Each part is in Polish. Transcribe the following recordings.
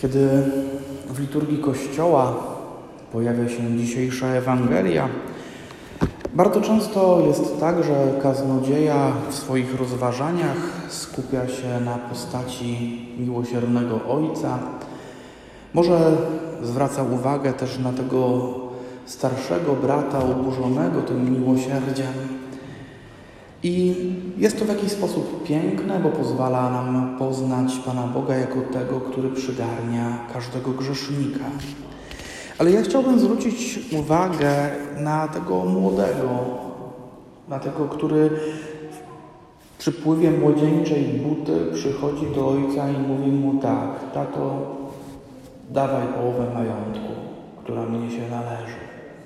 Kiedy w liturgii Kościoła pojawia się dzisiejsza Ewangelia, bardzo często jest tak, że kaznodzieja w swoich rozważaniach skupia się na postaci miłosiernego Ojca. Może zwraca uwagę też na tego starszego brata oburzonego tym miłosierdziem. I jest to w jakiś sposób piękne, bo pozwala nam poznać Pana Boga jako tego, który przygarnia każdego grzesznika. Ale ja chciałbym zwrócić uwagę na tego młodego, na tego, który w przypływie młodzieńczej buty przychodzi do ojca i mówi mu tak: tato, dawaj połowę majątku, która mnie się należy.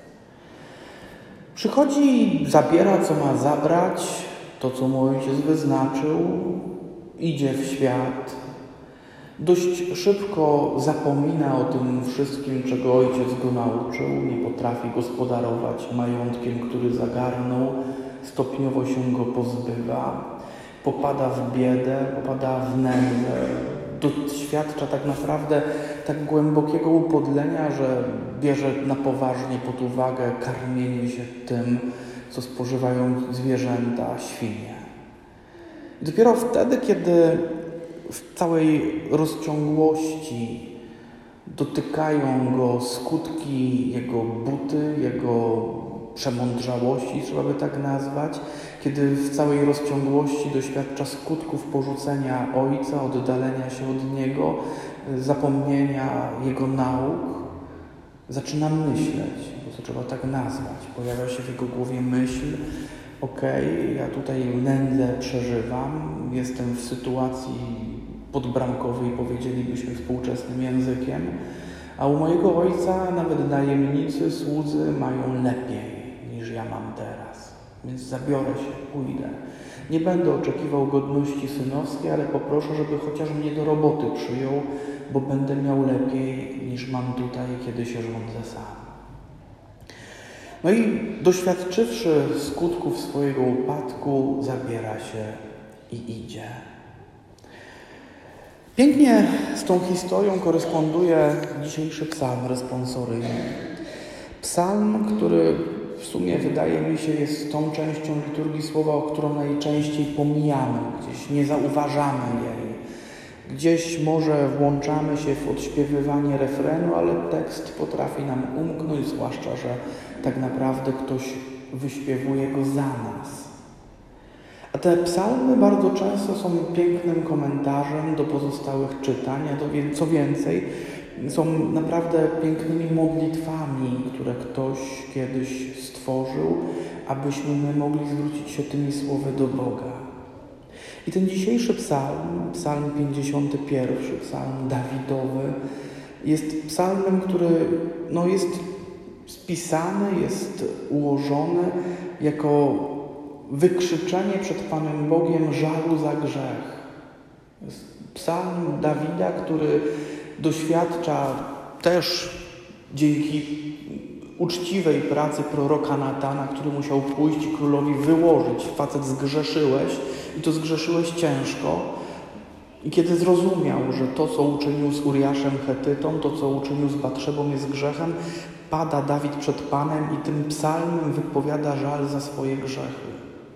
Przychodzi, zabiera co ma zabrać, to co mu ojciec wyznaczył, idzie w świat. Dość szybko zapomina o tym wszystkim, czego ojciec go nauczył, nie potrafi gospodarować majątkiem, który zagarnął, stopniowo się go pozbywa, popada w biedę, popada w nędzę, doświadcza tak naprawdę tak głębokiego upodlenia, że bierze na poważnie pod uwagę karmienie się tym, co spożywają zwierzęta, świnie. I dopiero wtedy, kiedy w całej rozciągłości dotykają go skutki jego buty, jego przemądrzałości, trzeba by tak nazwać, kiedy w całej rozciągłości doświadcza skutków porzucenia Ojca, oddalenia się od Niego, zapomnienia Jego nauk, zaczyna myśleć, bo to trzeba tak nazwać. Pojawia się w jego głowie myśl: ja tutaj nędzę przeżywam, jestem w sytuacji podbramkowej, powiedzielibyśmy współczesnym językiem, a u mojego ojca nawet najemnicy, słudzy mają lepiej niż ja mam teraz. Więc zabiorę się, pójdę. Nie będę oczekiwał godności synowskiej, ale poproszę, żeby chociaż mnie do roboty przyjął, bo będę miał lepiej niż mam tutaj, kiedy się rządzę sam. No i doświadczywszy skutków swojego upadku, zabiera się i idzie. Pięknie z tą historią koresponduje dzisiejszy psalm responsoryjny. Psalm, który w sumie wydaje mi się jest tą częścią liturgii słowa, o którą najczęściej pomijamy, gdzieś nie zauważamy jej. Gdzieś może włączamy się w odśpiewywanie refrenu, ale tekst potrafi nam umknąć, zwłaszcza że tak naprawdę ktoś wyśpiewuje go za nas. A te psalmy bardzo często są pięknym komentarzem do pozostałych czytań, a co więcej, są naprawdę pięknymi modlitwami, które ktoś kiedyś stworzył, abyśmy my mogli zwrócić się tymi słowy do Boga. I ten dzisiejszy psalm, psalm 51, psalm Dawidowy, jest psalmem, który jest spisany, jest ułożony jako wykrzyczenie przed Panem Bogiem żalu za grzech. Jest psalm Dawida, który doświadcza też dzięki uczciwej pracy proroka Natana, który musiał pójść i królowi wyłożyć: facet, zgrzeszyłeś i to zgrzeszyłeś ciężko. I kiedy zrozumiał, że to, co uczynił z Uriaszem Chetytą, to, co uczynił z Batszebą jest grzechem, pada Dawid przed Panem i tym psalmem wypowiada żal za swoje grzechy.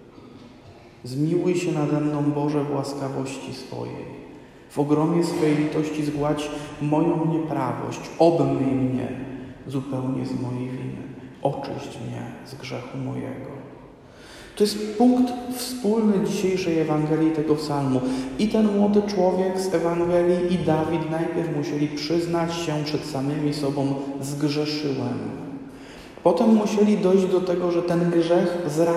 Zmiłuj się nade mną, Boże, w łaskawości swojej. W ogromie swojej litości zgładź moją nieprawość, obmyj mnie zupełnie z mojej winy. Oczyść mnie z grzechu mojego. To jest punkt wspólny dzisiejszej Ewangelii tego psalmu. I ten młody człowiek z Ewangelii, i Dawid najpierw musieli przyznać się przed samymi sobą: zgrzeszyłem. Potem musieli dojść do tego, że ten grzech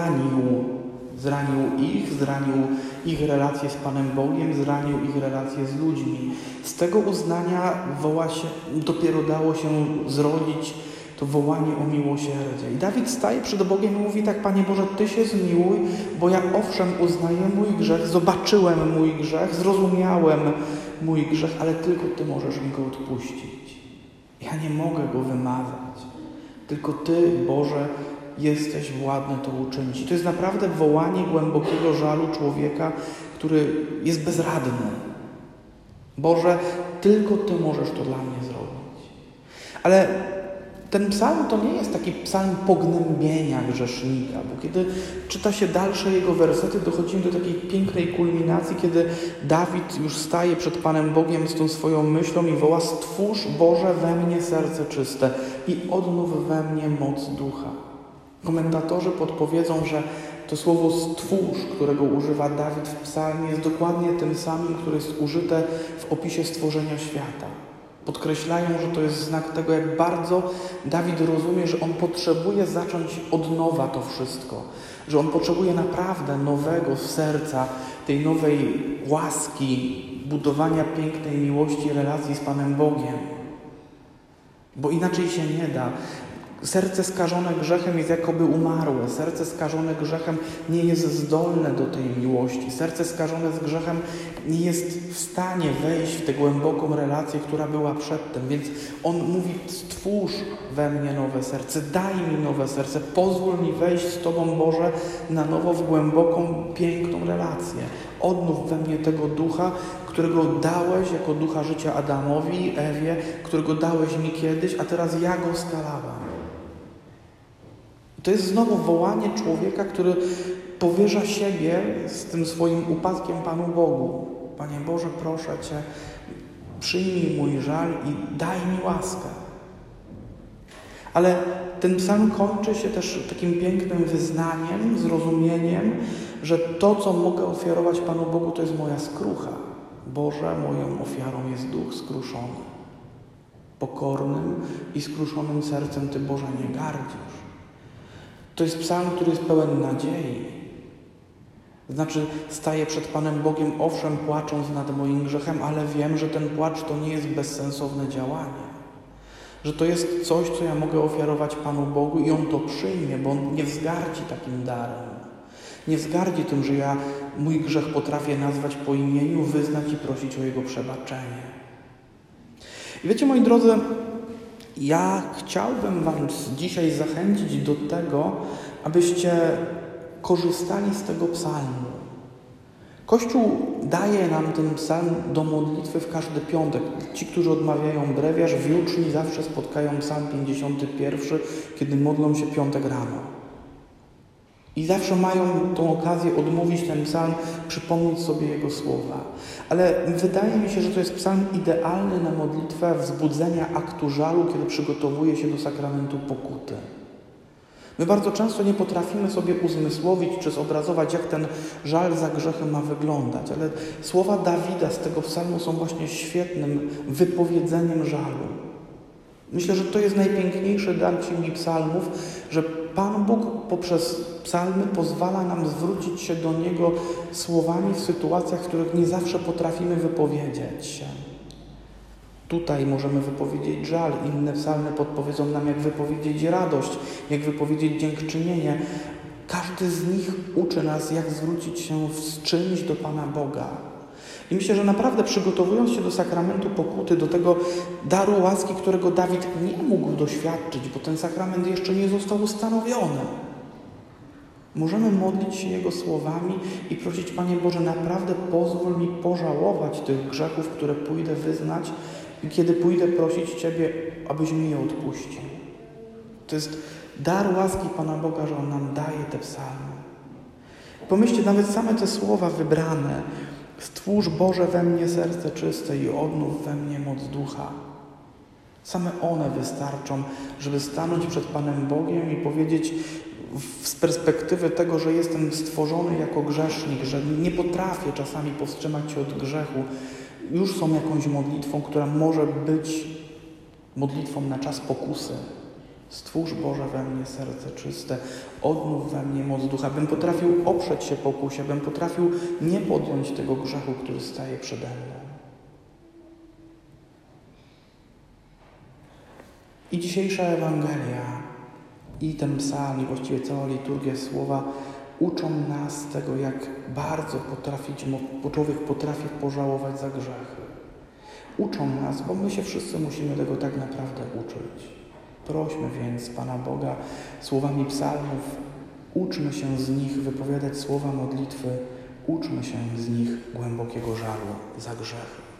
zranił ich relacje z Panem Bogiem, zranił ich relacje z ludźmi. Z tego uznania dopiero dało się zrodzić to wołanie o miłosierdzie. I Dawid staje przed Bogiem i mówi tak: Panie Boże, Ty się zmiłuj, bo ja owszem uznaję mój grzech, zobaczyłem mój grzech, zrozumiałem mój grzech, ale tylko Ty możesz mi go odpuścić. Ja nie mogę go wymazać. Tylko Ty, Boże, jesteś władny to uczynić. I to jest naprawdę wołanie głębokiego żalu człowieka, który jest bezradny. Boże, tylko Ty możesz to dla mnie zrobić. Ale ten psalm to nie jest taki psalm pognębienia grzesznika, bo kiedy czyta się dalsze jego wersety, dochodzimy do takiej pięknej kulminacji, kiedy Dawid już staje przed Panem Bogiem z tą swoją myślą i woła: stwórz, Boże, we mnie serce czyste i odnów we mnie moc ducha. Komentatorzy podpowiedzą, że to słowo stwórz, którego używa Dawid w psalmie, jest dokładnie tym samym, które jest użyte w opisie stworzenia świata. Podkreślają, że to jest znak tego, jak bardzo Dawid rozumie, że on potrzebuje zacząć od nowa to wszystko. Że on potrzebuje naprawdę nowego serca, tej nowej łaski, budowania pięknej miłości, relacji z Panem Bogiem. Bo inaczej się nie da. Serce skażone grzechem jest jakoby umarłe. Serce skażone grzechem nie jest zdolne do tej miłości. Serce skażone z grzechem nie jest w stanie wejść w tę głęboką relację, która była przedtem. Więc on mówi: stwórz we mnie nowe serce, daj mi nowe serce, pozwól mi wejść z Tobą, Boże, na nowo w głęboką, piękną relację. Odnów we mnie tego ducha, którego dałeś jako ducha życia Adamowi, Ewie, którego dałeś mi kiedyś, a teraz ja go skalałem. To jest znowu wołanie człowieka, który powierza siebie z tym swoim upadkiem Panu Bogu. Panie Boże, proszę Cię, przyjmij mój żal i daj mi łaskę. Ale ten psalm kończy się też takim pięknym wyznaniem, zrozumieniem, że to, co mogę ofiarować Panu Bogu, to jest moja skrucha. Boże, moją ofiarą jest duch skruszony. Pokornym i skruszonym sercem Ty, Boże, nie gardzisz. To jest psalm, który jest pełen nadziei. Znaczy, staję przed Panem Bogiem, owszem, płacząc nad moim grzechem, ale wiem, że ten płacz to nie jest bezsensowne działanie. Że to jest coś, co ja mogę ofiarować Panu Bogu i On to przyjmie, bo On nie wzgardzi takim darem. Nie wzgardzi tym, że ja mój grzech potrafię nazwać po imieniu, wyznać i prosić o Jego przebaczenie. I wiecie, moi drodzy, ja chciałbym Was dzisiaj zachęcić do tego, abyście korzystali z tego psalmu. Kościół daje nam ten psalm do modlitwy w każdy piątek. Ci, którzy odmawiają brewiarz, w juczni zawsze spotkają psalm 51, kiedy modlą się piątek rano. I zawsze mają tą okazję odmówić ten psalm, przypomnieć sobie jego słowa. Ale wydaje mi się, że to jest psalm idealny na modlitwę wzbudzenia aktu żalu, kiedy przygotowuje się do sakramentu pokuty. My bardzo często nie potrafimy sobie uzmysłowić czy zobrazować, jak ten żal za grzechem ma wyglądać, ale słowa Dawida z tego psalmu są właśnie świetnym wypowiedzeniem żalu. Myślę, że to jest najpiękniejszy dar Księgi Psalmów, że Pan Bóg poprzez psalmy pozwala nam zwrócić się do Niego słowami w sytuacjach, w których nie zawsze potrafimy wypowiedzieć się. Tutaj możemy wypowiedzieć żal, inne psalmy podpowiedzą nam, jak wypowiedzieć radość, jak wypowiedzieć dziękczynienie. Każdy z nich uczy nas, jak zwrócić się z czymś do Pana Boga. I myślę, że naprawdę przygotowując się do sakramentu pokuty, do tego daru łaski, którego Dawid nie mógł doświadczyć, bo ten sakrament jeszcze nie został ustanowiony, możemy modlić się Jego słowami i prosić: Panie Boże, naprawdę pozwól mi pożałować tych grzechów, które pójdę wyznać i kiedy pójdę prosić Ciebie, abyś mi je odpuścił. To jest dar łaski Pana Boga, że On nam daje te psalmy. Pomyślcie, nawet same te słowa wybrane: stwórz, Boże, we mnie serce czyste i odnów we mnie moc ducha. Same one wystarczą, żeby stanąć przed Panem Bogiem i powiedzieć z perspektywy tego, że jestem stworzony jako grzesznik, że nie potrafię czasami powstrzymać się od grzechu, już są jakąś modlitwą, która może być modlitwą na czas pokusy. Stwórz, Boże, we mnie serce czyste, odnów we mnie moc ducha, bym potrafił oprzeć się pokusie, bym potrafił nie podjąć tego grzechu, który staje przede mną. I dzisiejsza Ewangelia i ten psalm, i właściwie cała liturgia słowa uczą nas tego, jak bardzo człowiek potrafi pożałować za grzechy. Uczą nas, bo my się wszyscy musimy tego tak naprawdę uczyć. Prośmy więc Pana Boga słowami psalmów, uczmy się z nich wypowiadać słowa modlitwy, uczmy się z nich głębokiego żalu za grzechy.